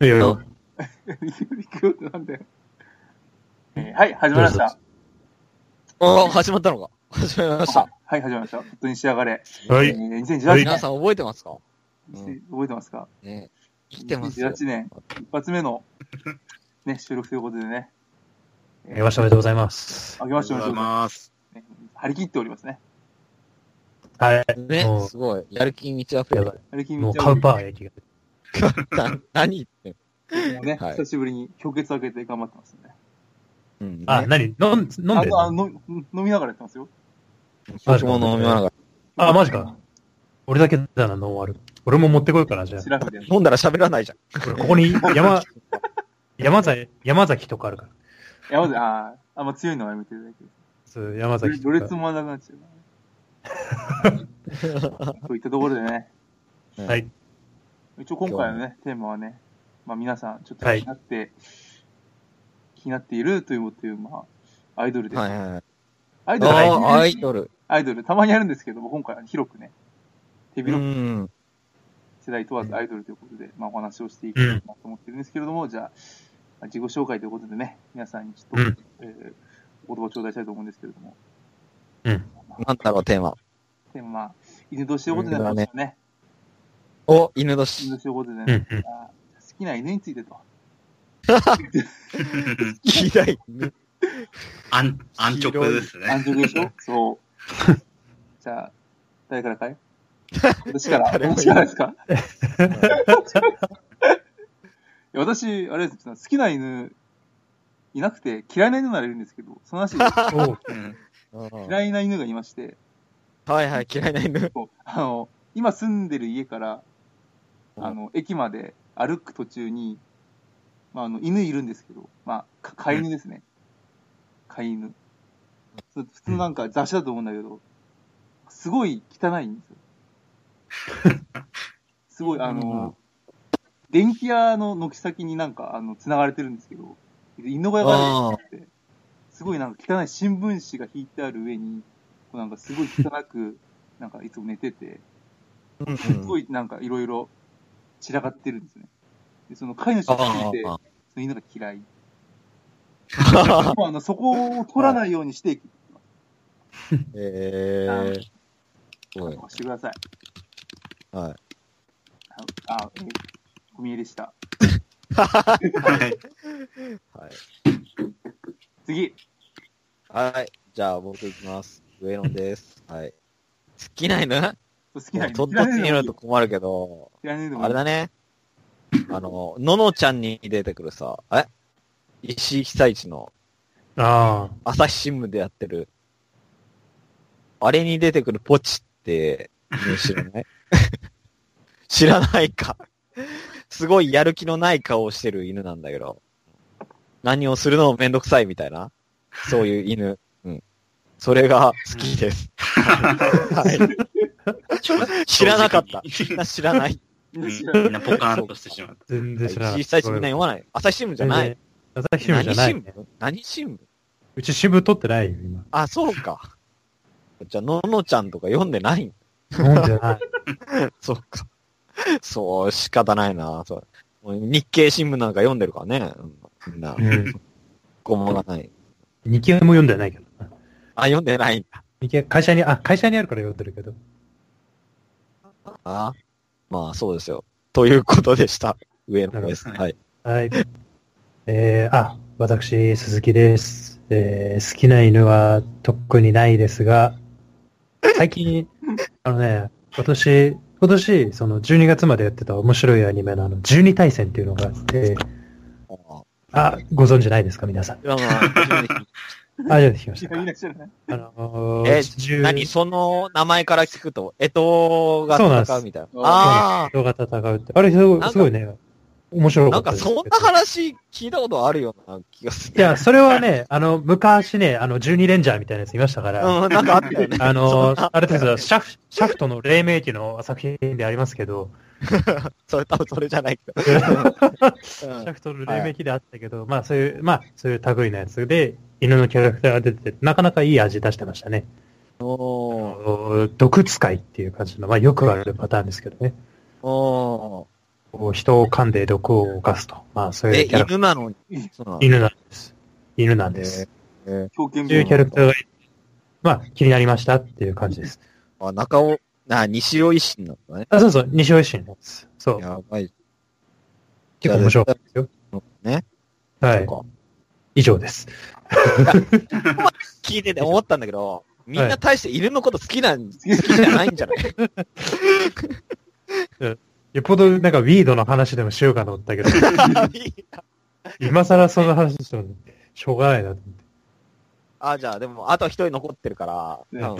いやいや。 行くよってなんだよ。はい、始まりました。 始まったのか。始まりました。 はい、始まりました。本当に仕上がれ。 はい。 2018年。 皆さん覚えてますか？ 覚えてますか？ ね。来てますよ。 2018年、一発目の、ね、収録ということでね。 明けましておめでとうございます。 明けましておめでとうございます。張り切っておりますね。 はい。 ね、すごい。やる気に満ち溢れる。 もうカウパーやる気が。 何言ってんのね、久しぶりに氷結開けて頑張ってますね。 うん。 あ、何飲んで飲みながらやってますよ。 僕も飲みながら。 あ、マジか。俺だけだな、ノンアル。俺も持ってこようかな、じゃあ。 飲んだら喋らないじゃん。 ここに山崎とかあるから。 山崎、あんま強いのはやめていただいて。 そう、山崎とか。 どれつもなくなっちゃうな。といったところでね。 はい。 一応今回のね、テーマはね、まあ皆さんちょっと気になっているという、まあ、アイドルです。 はいはいはい。 アイドル。たまにあるんですけども、今回は広くね、手広く世代問わずアイドルということで、まあお話をしていこうかなと思ってるんですけれども、じゃあ、自己紹介ということでね、皆さんにちょっと、お言葉を頂戴したいと思うんですけれども。 なんだろう、テーマ。 テーマ、まあ、犬年ということでね。 お、犬年。 犬年ということでね、好きな犬についてと。 好きな犬。 安直ですね。 安直でしょ？そう。じゃあ、誰からかい？私からですか？私、あれです、好きな犬いなくて、嫌いな犬ならいるんですけど、その話で嫌いな犬がいまして。 はいはい、嫌いな犬。 今住んでる家から、駅まで歩く途中に、まあ、犬いるんですけど、まあ、飼い犬ですね。飼い犬。普通なんか雑誌だと思うんだけど、すごい汚いんですよ。すごい、電気屋の軒先になんか、繋がれてるんですけど、犬小屋があって、すごいなんか汚い新聞紙が引いてある上に、なんかすごい汚く、なんかいつも寝てて、すごいなんかいろいろ散らかってるんですね。で、その飼い主を聞いて、その犬が嫌い。そこを取らないようにしていきます。してください。 はい。 小見えでした。 はい。 次。 はい。じゃあ僕行きます。上野です。はい。好きな犬？ 好きな犬。 とっとつにいると困るけど、あれだね。ののちゃんに出てくるさ、石井久一の、朝日新聞でやってる、あれに出てくるポチって、知らない知らないか。すごいやる気のない顔をしてる犬なんだけど、何をするのもめんどくさいみたいな、そういう犬。それが好きです。はい。知らなかった。知らない。 みんなポカーンとしてしまった。 全然知らない。 実際みんな読まない。朝日新聞じゃない。 朝日新聞じゃない。 何新聞？ うち新聞取ってないよ、今。 あ、そうか。じゃあ、ののちゃんとか読んでない？ 読んでない。 そっか。そう、仕方ないな。日経新聞なんか読んでるからね。みんな。ごもがない。 日経も読んでないけど。 読んでないんだ。 日経、会社にあるから読んでるけど。 まあ、そうですよ。ということでした。上野です。はい。 はい。私、鈴木です。好きな犬は特にないですが、最近、今年、その12月までやってた面白いアニメの12対戦っていうのがあって、ご存知ないですか、皆さん。初めて聞きました。 何その名前から聞くと、干支が戦うみたいな。 干支が戦うって。あれ、すごいね、面白かったです。 なんかそんな話聞いたことあるような気がする。 いや、それはね、昔ね、12レンジャーみたいなやついましたから。 なんかあったよね。 あれですよ、シャフトの黎明期の作品でありますけど。 それ多分それじゃないけど。 シャフトの黎明期であったけど、そういう類のやつで、犬のキャラクターが出てて、なかなかいい味出してましたね。毒使いっていう感じの、よくあるパターンですけどね。 こう人を噛んで毒を犯すと。まあ、そういうキャラクター。 犬なのに。 犬なんです。犬なんです。 狂犬そういうキャラクターが、まあ、気になりましたっていう感じです。 西尾維新なんだね。 そうそう、西尾維新なんです。そう。 やばい。 結構面白かったですよ。 ね。 はい。以上です。 聞いてて思ったんだけど、みんな大して犬のこと好きじゃないんじゃないよっぽどなんかウィードの話でもしようかと思ったけど、今更その話してもしょうがないなと思って。 じゃあでも、あと一人残ってるから、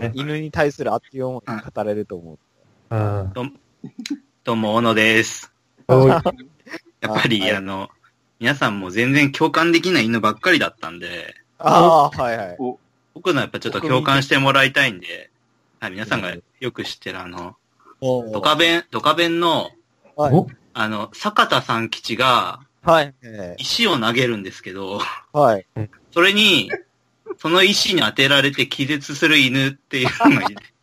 犬に対する熱い思い語れると思う。 どうも、小野です。やっぱり、皆さんも全然共感できない犬ばっかりだったんで、 はいはい。 僕のやっぱちょっと共感してもらいたいんで、皆さんがよく知ってるドカベンの、坂田三吉が、石を投げるんですけど、それに、その石に当てられて気絶する犬っていうのがいて。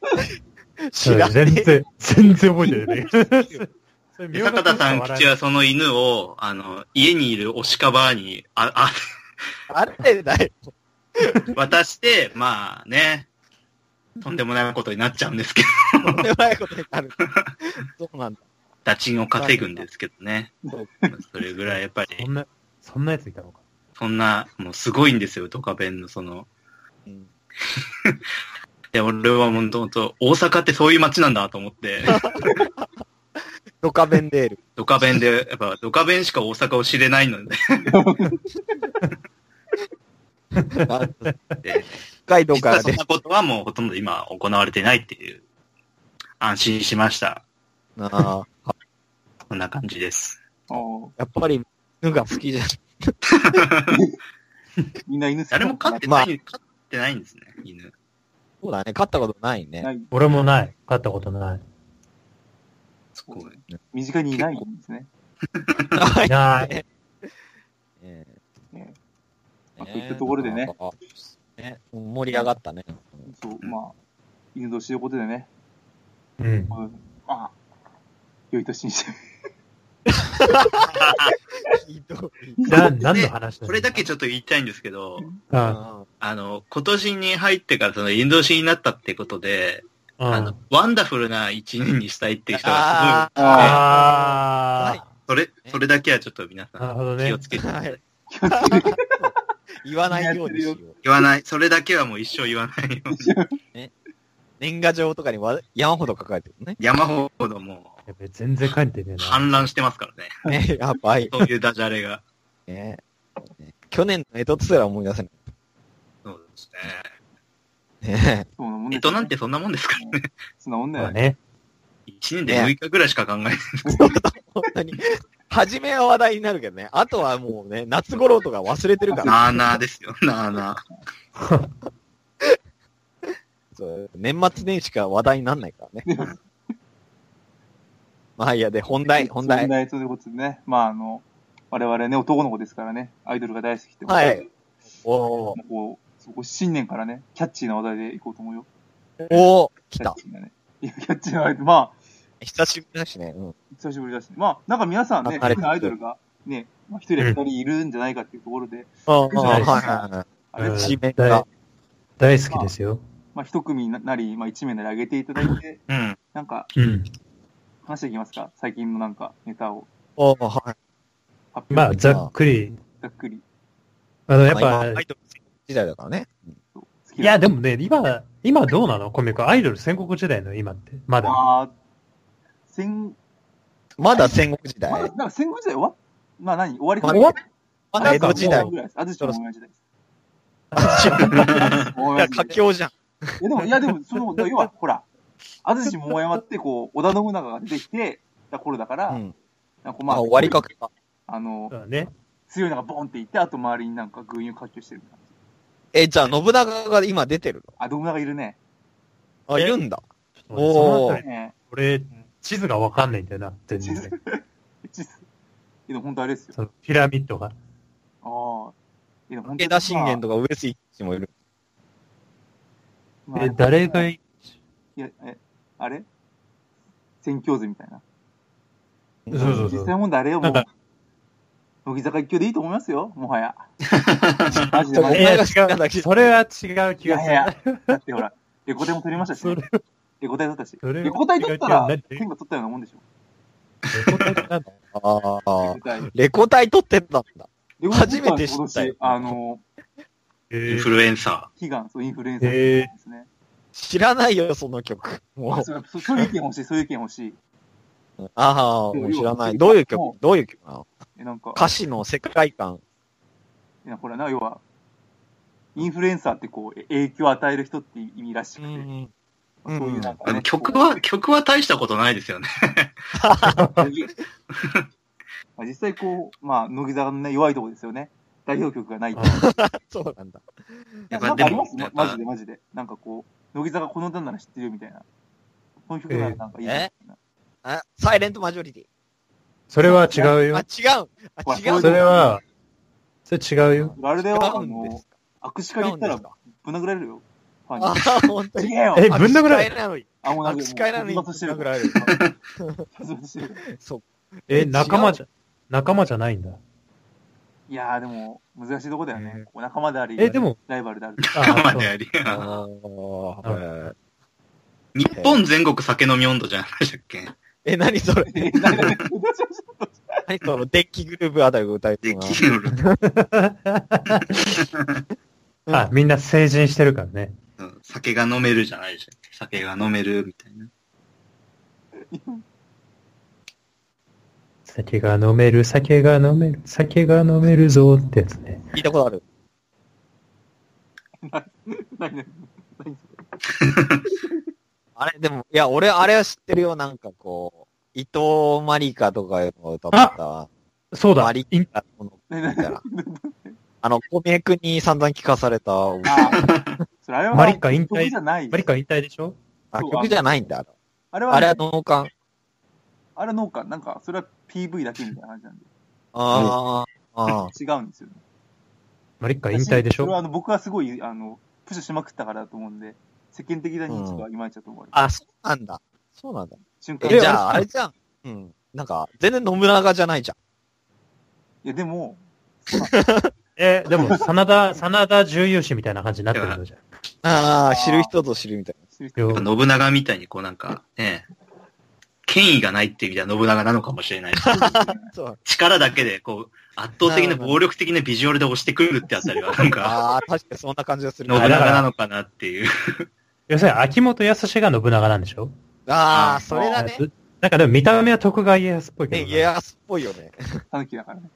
全然覚えてないね。 坂田三吉はその犬を、家にいる押しカバーに、 あれだよ。 渡して、まあね、とんでもないことになっちゃうんですけど。 とんでもないことになる。そうなんだ。 打賃を稼ぐんですけどね。それぐらいやっぱり。 そんなやついたのか。 もうすごいんですよ、ドカベンので、俺はもともと、大阪ってそういう街なんだと思って。 ドカベンデール。 ドカベンで、やっぱドカベンしか大阪を知れないので。 北海道からそんなことはもうほとんど今行われてないっていう、安心しました。こんな感じです。 やっぱり犬が好きじゃん。 みんな犬好き。 誰も飼ってないんですね、犬。 そうだね、飼ったことないね。 俺もない。飼ったことない。 すごい。身近にいないんですね。 いない。 といったところでね。 盛り上がったね。 そう、まあ、犬年ということでね。良い年にして。 何の話これだけちょっと言いたいんですけど、今年に入ってからその犬年になったってことで、ワンダフルな一年にしたいっていう人がすごい。それだけはちょっと皆さん気をつけてください。 言わないようにしよう。 言わない。それだけはもう一生言わないように。 年賀状とかに山ほど書かれてるね。 山ほどもう。 全然書いてねえな。 氾濫してますからね。 やばい。 そういうダジャレが。 去年の干支すら思い出せない。 そうですね。干支なんてそんなもんですからね。 そんなもんだよね。 1年で6日ぐらいしか考えない。 本当に。初めは話題になるけどね。あとはもうね、夏頃とか忘れてるから。 なーなーですよ。なーなー。 年末年始か話題になんないからね。まあいや、で、本題。 本題ということでね。まあ我々ね、男の子ですからね、アイドルが大好きってことで。 そこ新年からね、キャッチーな話題でいこうと思うよ。 来た。 キャッチーな話題、まあ。 久しぶりだしね。 久しぶりだしね。まあ、なんか皆さんね、好きなアイドルがね、一人や二人いるんじゃないかっていうところで。 大好きですよ。 まあ、一組なり、まあ、一名なり上げていただいて、なんか、話していきますか、最近のなんか、ネタを。 まあ、ざっくり。 やっぱ、アイドル時代だからね。 いや、でもね、今どうなのコミックアイドル戦国時代の今って。まだ。 まだ戦国時代。 なんか戦国時代終わりかまだ江戸時代。 安土桃山時代です。 佳境じゃん。 いやでも、要は、ほら、安土桃山ってこう、織田信長が出てきてた頃だから、 終わりかけか。 強いのがボンっていって、あと周りになんか軍友割拠してる感じ。じゃあ信長が今出てるの？ 信長いるね。 いるんだ。 俺、地図がわかんないんだよな、全然。 地図でも本当あれですよ。 ピラミッドが。 武田信玄とか上杉一もいる。 誰がいや、あれ宣教図みたいな。 そうそうそう。 実際問題あれよ、もう。乃木坂一挙でいいと思いますよ、もはや。マジでいや、違う。それは違う気がする。いや、 だってほら、レコ大も取りましたし、ね。レコ大取ったし。レコ大取ったら、天が取ったようなもんでしょ。 レコ大ってなんだ？ ああ。レコ大取ってたんだ。初めて知ったよ。 インフルエンサー。悲願、そう、インフルエンサーですね。 知らないよ、その曲。 もう。そういう意見欲しい、そういう意見欲しい。 ああ、もう知らない。どういう曲なの？なんか歌詞の世界観。 これな、要は、インフルエンサーってこう、影響を与える人って意味らしくて。 そういうなんかね。曲は大したことないですよね。 実際こう、まあ、乃木坂のね、弱いところですよね。代表曲がない。 そうなんだ。 なんかありますね、マジで。なんかこう、乃木坂この歌なら知ってるみたいな。この曲ならなんかいいな。 サイレントマジョリティ。 それは違うよ。 違う。 それ違うよ。 あれだよ、握手会に行ったら、ぶん殴られるよ。 ほんとに。 ぶん殴られる握手会なのに。ぶん殴られる。 そう。仲間じゃないんだ。 いやーでも、難しいとこだよね。仲間であり、 でも、 ライバルである。 仲間であり。日本全国酒飲み温度じゃないでしたっけ？ 何それ？何そのデッキグループあたりが歌えてるの？ デッキグループ。みんな成人してるからね。 酒が飲めるじゃないでしょ。酒が飲めるみたいな。 酒が飲めるぞってやつね。 聞いたことある。 何あれ、でも、いや、俺、あれは知ってるよ。なんかこう、伊藤マリカとかが歌った。 そうだ。 マリカみたいな。小宮君に散々聞かされた。 マリカ引退でしょ？ 曲じゃないんだ。 あれは農家。 あれ農家、なんか、それは PV だけみたいな感じなんで。違うんですよね。 マリカ引退でしょ？ それは僕はすごい、プッシュしまくったからだと思うんで、世間的な認知はいまいちだと思う。 そうなんだ。じゃあ、あれじゃん。なんか、全然信長じゃないじゃん。 いや、でも、 でも、真田重勇士みたいな感じになってるのじゃん。 知る人ぞ知るみたいな。 信長みたいにこうなんか、ね、権威がないっていう意味では信長なのかもしれない。力だけで、こう、圧倒的な暴力的なビジュアルで押してくるってあたりは、なんか、 確かにそんな感じがする。 信長なのかなっていう。 要するに、秋元康が信長なんでしょ？ それだね。 なんかでも見た目は徳川家康っぽいけど。 家康っぽいよね。 狸だからね。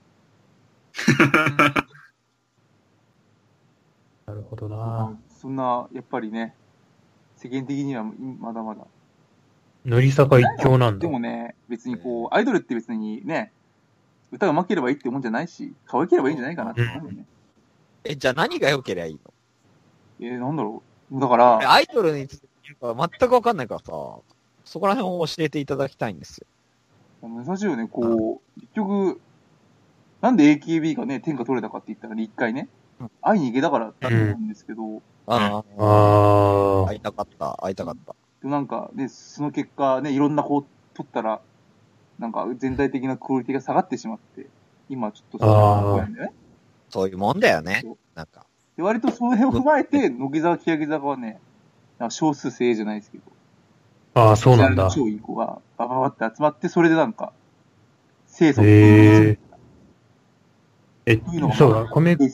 なるほどな。 そんな、やっぱりね、世間的にはまだまだ。 乃木坂一強なんだ。 でもね、別にこう、アイドルって別にね、歌が上手ければいいってもんじゃないし、可愛ければいいんじゃないかなって思うよね。 じゃあ何が良ければいいの？なんだろう。だから、 アイドルについて全くわかんないからさ、そこら辺を教えていただきたいんですよ。 難しいよね、こう、結局、なんで AKB がね、天下取れたかって言ったらね、一回ね、会いに行けたからだと思うんですけど、 会いたかった。 でもなんかね、その結果ね、いろんな子を取ったら、なんか全体的なクオリティが下がってしまって、今ちょっとそうなんだよね。 そういうもんだよね。なんか。 で割とその辺を踏まえて、乃木坂、欅坂はね、なんか少数精鋭じゃないですけど、 そうなんだ。 超いい子がバババって集まって、それでなんか、清楚そうだ、小宮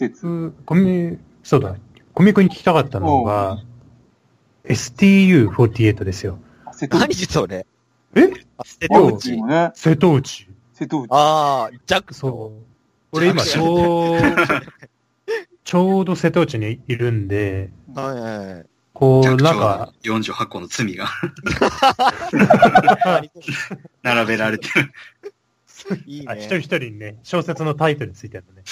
君に聞きたかったのが、STU48 ですよ。 何それ？ 瀬戸内。 瀬戸内。 ジャックそう。俺今ちょうど瀬戸内にいるんで、こう、なんか。 48個の罪が並べられてる。 いいね。一人一人にね、小説のタイトルついてるのね。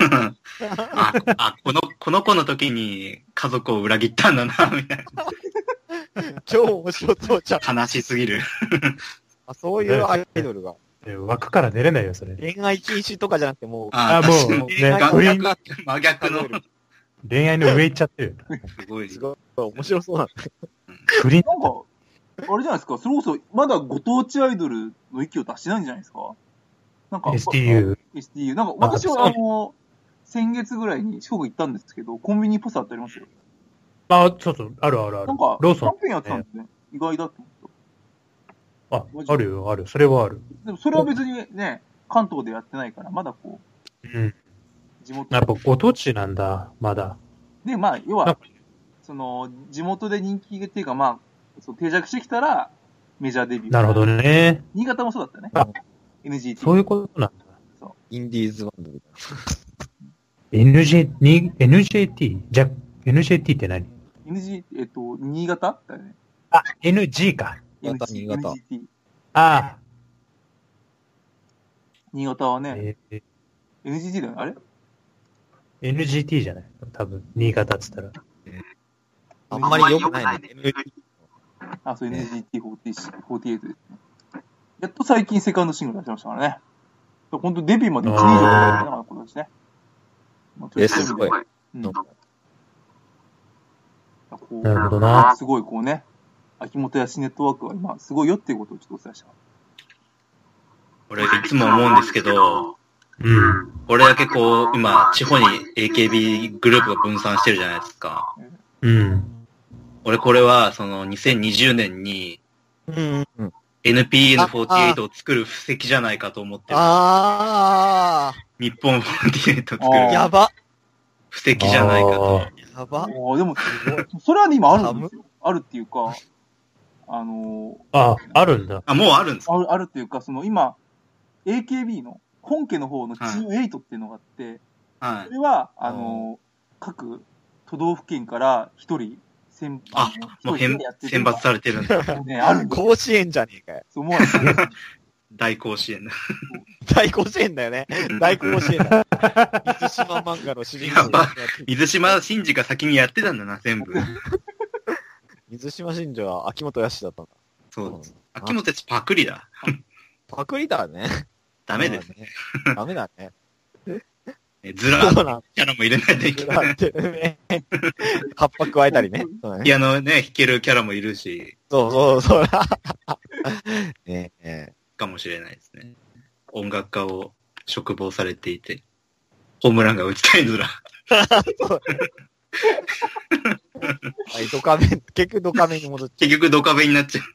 この子の時に家族を裏切ったんだな、みたいな。超面白そうじゃん。 悲しすぎる。 そういうアイドルが。 枠から出れないよ、それ。 恋愛禁止とかじゃなくてもう。 もう、ね、 真逆の。 恋愛の上行っちゃってる。 すごい。 面白そうなんだ。 なんか、 れじゃないですか、それこそ、まだご当地アイドルの域を出してないんじゃないですか。なんか、STU。なんか、私は先月ぐらいに四国行ったんですけど、コンビニポスターってありますよ。 あ、そうそう、ある。なんか、ローソン。キャンペーンやってたんですね。意外だって思った。あるよ、ある。それはある。 でも、それは別にね、関東でやってないから、まだこう。地元。やっぱご当地なんだ、まだ。 で、まあ、要は、地元で人気っていうか、まあ、定着してきたら、メジャーデビュー。 なるほどね。 新潟もそうだったね。NGT。 そういうことなんだ。 そう。インディーズバンドみたいな。NJT? じゃ、NJT って何？ 新潟だよね。 あ、NG か。 新潟。 NGT。 ああ。 新潟はね、NGT だよね、あれ ?NGT じゃない多分、新潟っつったら。 あんまり良くないね。 あ、そう、NGT48 ですね。やっと最近セカンドシングル出しましたからね。ほんとデビューまで1年以上かかってなかったことですね。 すごい。 なるほどな。 すごいこうね、秋元康ネットワークは今すごいよっていうことをちょっとお伝えした。 俺いつも思うんですけど、これだけこう、今、地方に AKB グループが分散してるじゃないですか。俺これは、2020年に、NPN48 を作る布石じゃないかと思ってる。日本48を作る。 やば。 布石じゃないかと。 やば。 でも、それはね、今あるんですよ。あるっていうか、 あるんだ。 もうあるんですか？ あるっていうか、今、AKB の本家の方のチーム8っていうのがあって、それは、各都道府県から一人、 もう選抜されてるんだ。 ね、ある。 甲子園じゃねえかよ。 そう思う。 大甲子園だ。 大甲子園だよね。大甲子園だ。水島漫画の主人公。 水島真司が先にやってたんだな、全部。 水島真司は秋元康だったんだ。 そう。秋元康パクリだ。 パクリだね。 ダメですね。 ダメだね。 ずらーキャラも入れないといけない。 葉っぱ加えたりね。 ピアノね、弾けるキャラもいるし。 そう。 かもしれないですね。音楽家を嘱望されていて、ホームランが打ちたいずら。 ドカベン、結局ドカベンに戻っちゃう。 結局ドカベンになっちゃう。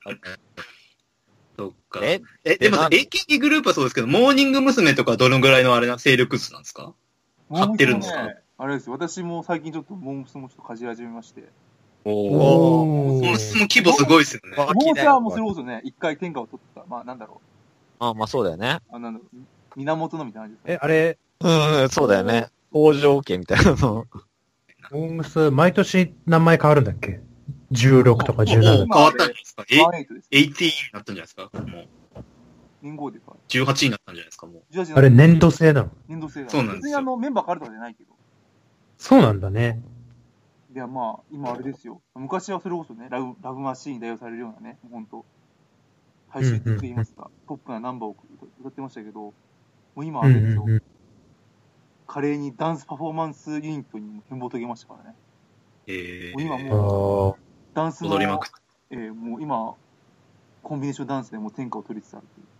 そっか。でも AKB グループはそうですけど、モーニング娘。とかどのぐらいのあれな、勢力図なんですか？買ってるんですか？ あれですよ。私も最近ちょっとモー娘。もちょっとかじり始めまして。 モー娘。規模すごいですよね。 モー娘。はもうそれこそね、一回天下を取った。まあなんだろう。まあそうだよね。 なんだろう。源のみたいな感じですか。あれそうだよね。北条家みたいなの。 モー娘。毎年名前変わるんだっけ？16とか17。 変わったんですか？18になったんじゃないですか？もう。 年号で 18になったんじゃないですか？もう。 あれ年度制なの？ 年度制だ。 そうなんですよ。 別にメンバー変わるとかじゃないけど。 そうなんだね。 いや、まあ、今あれですよ。昔はそれこそね、ラブマシーン代表されるようなね、ほんと、配信と言いますか、ポップなナンバーを歌ってましたけど、もう今あれですよ。華麗にダンスパフォーマンスユニットにも変貌遂げましたからね。もう今もう、ダンスの、 踊りまくって。 もう今、コンビネーションダンスでもう天下を取りつつあるという。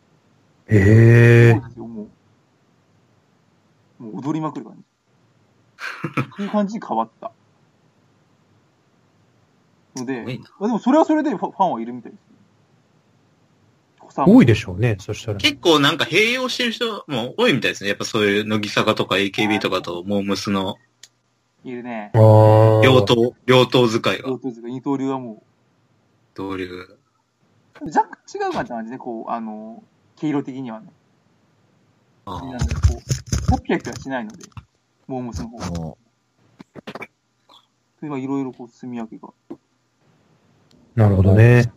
そうですよ、もう踊りまくる感じ。っていう感じに変わった。ので、でもそれはそれでファンはいるみたいです。 多いでしょうね、そしたら。 結構なんか併用してる人も多いみたいですね。やっぱそういう乃木坂とか AKB とかとモームスの。 いるね。 両党使いが。 両党使い、二刀流はもう。 同流。 若干違う感じなんですね、こう、毛色的にはね。こう、ポッピャキはしないので、モームスの方が。それはいろいろこう、住み分けが。 なるほどね。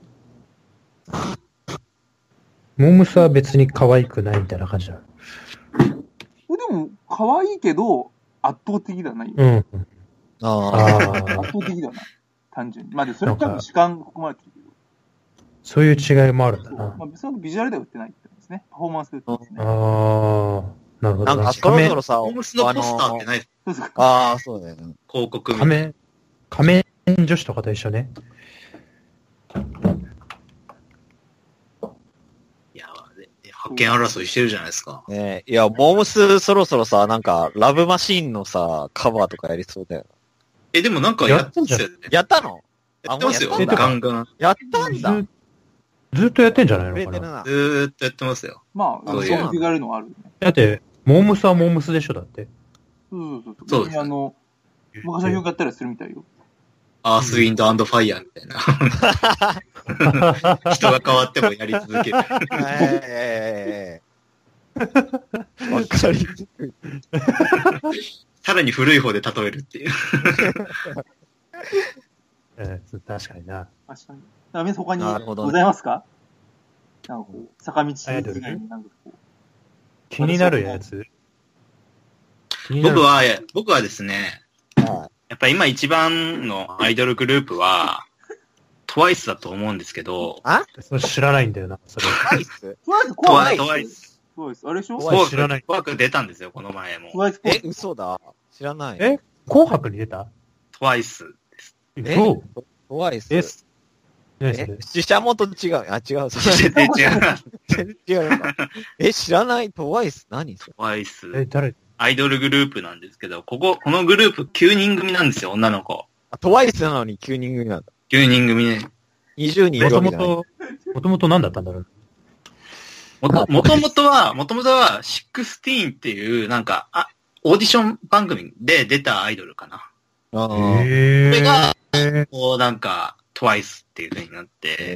モームスは別に可愛くないみたいな感じだ。 でも、可愛いけど、圧倒的ではない。 圧倒的ではない。単純に。まあ、それは多分主観含まれてるけど。 そういう違いもあるんだな。 まあ、別にビジュアルでは売ってないってことですね。パフォーマンスで売ってますね。 なるほど。 なんか、そろそろさ、 モームスのポスターってないですか？そうだよね。 広告みたいな。 仮面女子とかと一緒ね。 発見争いしてるじゃないですか。 ねえ、いや、モームスそろそろさ、なんか、ラブマシーンのさ、カバーとかやりそうだよ。 でもなんかやってんすよね。 やったの？ やってますよ、ガンガン。 やったんだ。 ずっとやってんじゃないのかな。 ずーっとやってますよ。 まあ、そういうがあるのはある。 だって、モームスはモームスでしょ、だって。 そうです。昔の曲やったりするみたいよ。 アースウィンド&ファイヤーみたいな。人が変わってもやり続ける。 わかりにくい。 さらに古い方で例えるっていう。 確かにな。 確かに。皆さん他にございますか？なんかこう、坂道以外になんかこう。 気になるやつ？ 僕はですね、やっぱり今一番のアイドルグループは、トワイスだと思うんですけど。 それ知らないんだよな、それ。 トワイスあれでしょ？ 知らない。 紅白出たんですよ、この前も。 嘘だ。知らない。 紅白に出た？ トワイスです。 そう。 トワイス。シシャモと違う。違う。 全然違う。知らないトワイス何それ？ トワイス。 誰？ アイドルグループなんですけど、このグループ9人組なんですよ、女の子。 トワイスなのに9人組なんだ。 9人組ね。 20人いるわけじゃない。 もともと何だったんだろう。 もともとは、16っていう、なんか、オーディション番組で出たアイドルかな。これが、こうなんか、トワイスっていう風になって、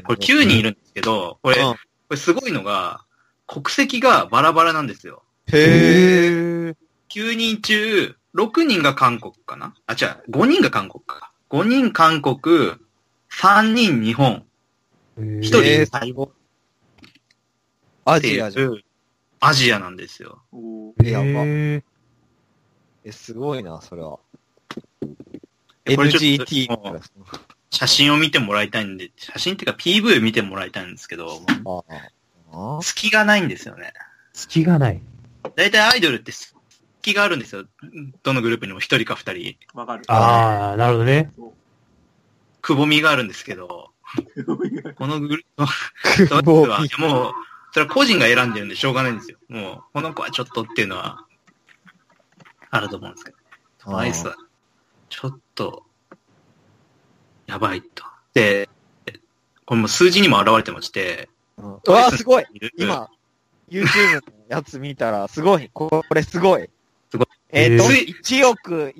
これ9人いるんですけど、これすごいのが、国籍がバラバラなんですよ。 へー。 9人中、6人が韓国かな？違う、5人が韓国か。5人韓国、3人日本。1人最後。 アジアじゃん。 アジアなんですよ。 やば。すごいな、それは。NGT。 写真を見てもらいたいんで、写真っていうか PV 見てもらいたいんですけど、隙がないんですよね。 隙がない。 大体アイドルって隙があるんですよ。どのグループにも1人か2人。 わかる。 なるほどね。 くぼみがあるんですけど、このグループは、もう、それは個人が選んでるんでしょうがないんですよ。もう、この子はちょっとっていうのは、あると思うんですけど。トワイスは、ちょっと、やばいと。で、これも数字にも現れてまして、 うわーすごい今、YouTube のやつ見たら、すごいこれすごい。 すごい。 1億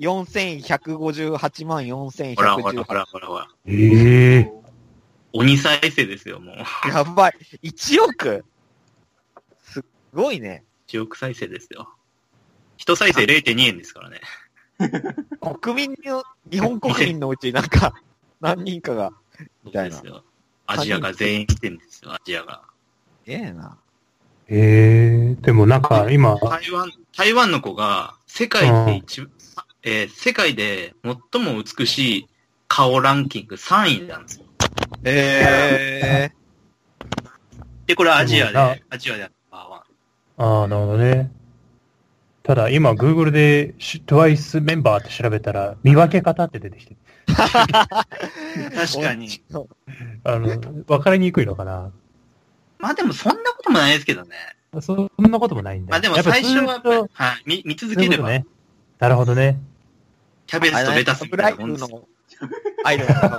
4158万4118。ほら。鬼再生ですよ、もう。 やばい。1億すごいね。 1億再生ですよ。1再生 0.2 円ですからね。 日本国民のうちなんか、何人かが、みたいな。 アジアが全員来てるんですよ、アジアが。 な。 でもなんか今。 台湾の子が、世界で最も美しい顔ランキング3位なんですよ。 で、 これアジアでナンバー 1。なるほどね。ただ今 Google で TWICE メンバーって調べたら見分け方って出てきて。 確かに。 分かりにくいのかな。 まあでもそんなこともないですけどね。 そんなこともないんだ。 まあでも最初は、見続ければ。 ね。なるほどね。 キャベツとレタスみたいなもんですよ。 アイドルパ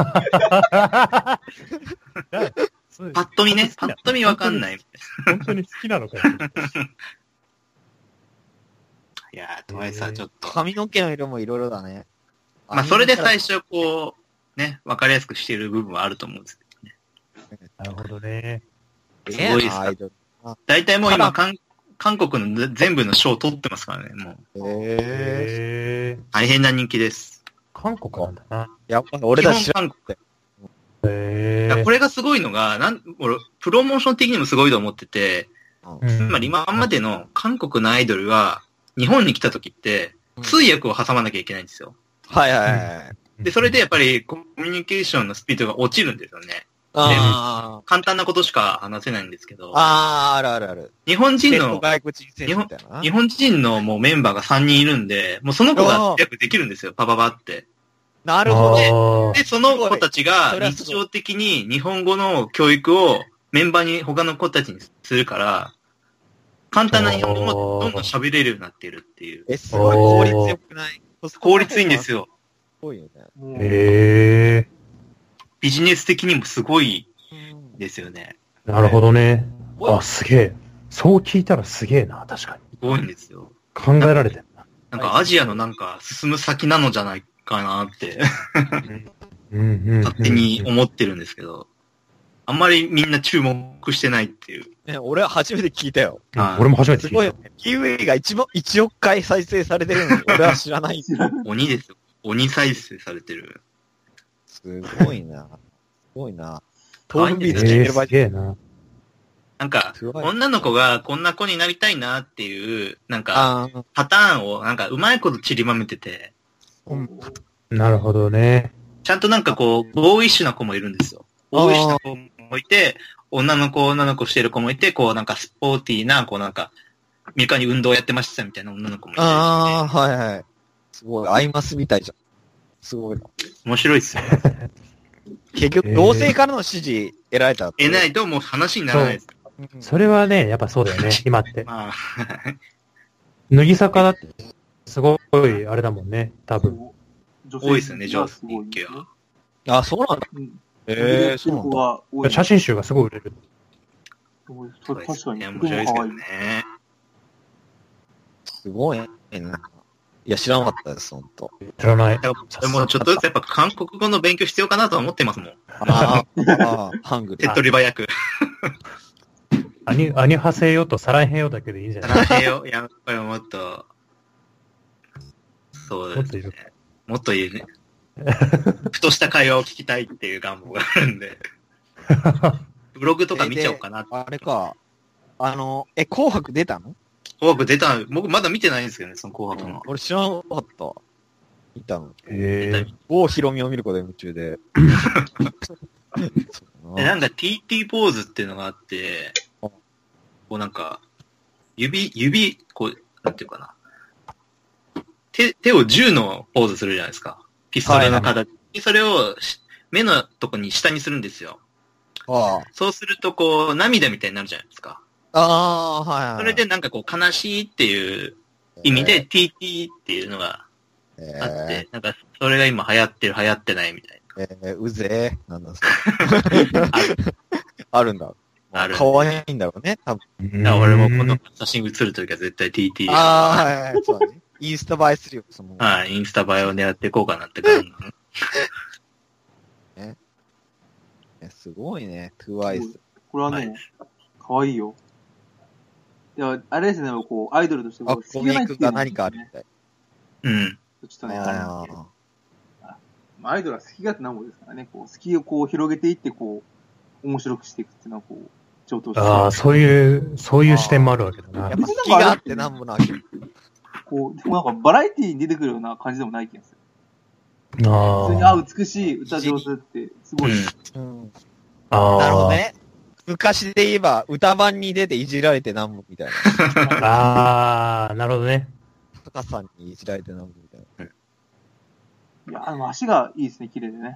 ッと見わかんない。 本当に好きなのかよ。 いやー、トワイスはちょっと。 髪の毛の色もいろいろだね。 まあそれで最初こう、ね、わかりやすくしている部分はあると思うんですけどね。 なるほどね。 すごいですか。大体もう今、韓国の全部の賞を取ってますからね、もう。大変な人気です。 韓国なんだな。 やっぱ俺たち韓国で。これがすごいのが、俺、プロモーション的にもすごいと思ってて、つまり今までの韓国のアイドルは、日本に来た時って、通訳を挟まなきゃいけないんですよ。 はいはいはい。 で、それでやっぱりコミュニケーションのスピードが落ちるんですよね。簡単なことしか話せないんですけど。 ある。 日本人のもうメンバーが3人いるんで、もうその子が通訳できるんですよ、パパパって。 なるほど。 で、その子たちが日常的に日本語の教育をメンバーに他の子たちにするから、 簡単な日本語もどんどん喋れるようになってるっていう。 すごい効率よくない？ 効率いいんですよ。 すごいよね。 へビジネス的にもすごいですよね。 なるほどね。あ、すげえ。そう聞いたらすげえな、確かに。 すごいんですよ。 考えられてるな。 なんかアジアのなんか進む先なのじゃないかなって勝手に思ってるんですけど、あんまりみんな注目してないっていう。 俺は初めて聞いたよ。 俺も初めて聞いた。すごいよね。PV が1億回再生されてるのに俺は知らない。 鬼ですよ。鬼再生されてる。 すごいな。すごいな。 豆腐ビーツ聞いてる場合すげえな。 なんか、女の子がこんな子になりたいなっていう、なんか、パターンを、なんか、うまいこと散りばめてて。 なるほどね。 ちゃんとなんかこう、ボーイッシュな子もいるんですよ。ボーイッシュな子もいて、女の子してる子もいて、こうなんかスポーティーな、こうなんか、ミカに運動やってましたみたいな女の子もいて。 はいはい。すごい、アイマスみたいじゃん。すごいな。 面白いっすよ。 結局、同性からの指示得られた。 得ないともう話にならないです。 それはね、やっぱそうだよね、今って。乃木坂だって、すごい、あれだもんね、多分。 多いですよね、上手人気は。 あ、そうなんだ。そうなんだ。 写真集がすごい売れる。 確かに。 面白いですよね。 すごいね。いや、知らなかったです、ほんと。 知らない。 でもちょっとずつやっぱ韓国語の勉強必要かなとは思ってますもん。 ハングル。 手っ取り早く。 アニハセヨとサランヘヨだけでいいんじゃない？ サランヘヨ、やっぱりもっと、そうですね。もっといるね。ふとした会話を聞きたいっていう願望があるんで。ブログとか見ちゃおうかな。 あれか。紅白出たの？ 紅白出た、僕まだ見てないんですけどね、その紅白の。 俺知らなかった。見たの。某ヒロミを見ることで夢中で。 なんか TT ポーズっていうのがあって、こうなんか、指、こう、なんていうかな。手を銃のポーズするじゃないですか。ピストルの形。それを目のとこに下にするんですよ。そうするとこう、涙みたいになるじゃないですか。それでなんかこう、悲しいっていう意味で TT っていうのがあって、なんかそれが今流行ってる流行ってないみたいな。 うぜー。なんだそれ。あるんだ。 ある。 かわいいんだろうね、多分。 俺もこの写真写るときは絶対 TT で。 はい、そうだね。インスタ映えするよ、その。 はい、インスタ映えを狙っていこうかなって感じ。 すごいね、TWICE。 これはね、かわいいよ。いや、あれですね、こう、アイドルとしてこう、コミックが何かあるみたい。 うん。 ちょっとね、アイドルは好き勝手なもんですからね、こう、好きをこう、広げていって、こう、面白くしていくっていうのは、こう、上等して。 ああ、そういう視点もあるわけだな。 やっぱ好きがあってなんもなわけ。 こう、でもなんか、バラエティに出てくるような感じでもない気がする。 普通に、美しい、歌上手って、すごい。 なるほどね。昔で言えば、歌番に出ていじられてなんぼみたいな。なるほどね。 タカさんにいじられてなんぼみたいな。 いや、でも足がいいですね、綺麗でね。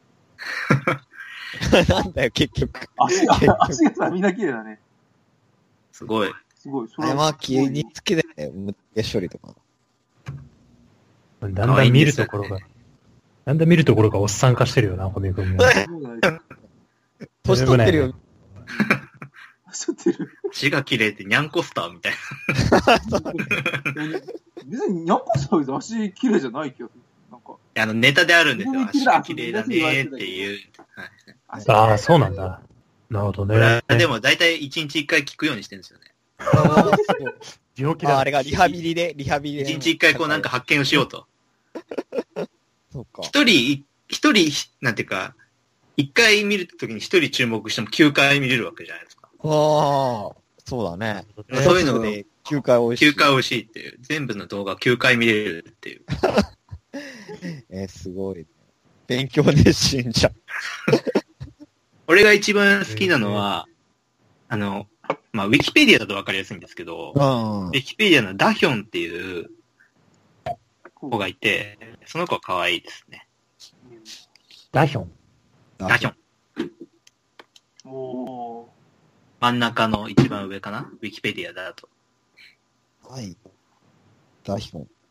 なんだよ、結局。 足がさ、みんな綺麗だね。 すごい。 すごい。 それは消えにつけだよね、むけ処理とか。 だんだん見るところがおっさん化してるよな、ホミ君も。 年取ってるよ。 年取ってる。 血が綺麗ってニャンコスターみたいな。別にニャンコスターは足綺麗じゃない気がする。 なんか。ネタであるんですよ。足が綺麗だねっていう。 ああ、そうなんだ。なるほどね。 でも大体1日1回聞くようにしてるんですよね。 病気だ。 あれがリハビリで。1 日1回こうなんか発見をしようと。 そうか。 一人、なんていうか、1回見るときに1人注目しても9回見れるわけじゃないですか。 そうだね。 そういうので 9回美味しい。 9回美味しいっていう。全部の動画9回見れるっていう。 すごい。勉強熱心じゃん。 俺が一番好きなのは、ウィキペディアだと分かりやすいんですけど、ウィキペディアのダヒョンっていう子がいて、その子は可愛いですね。 ダヒョン。 おー。 真ん中の一番上かなウィキペディアだと。 はい。大ヒコン。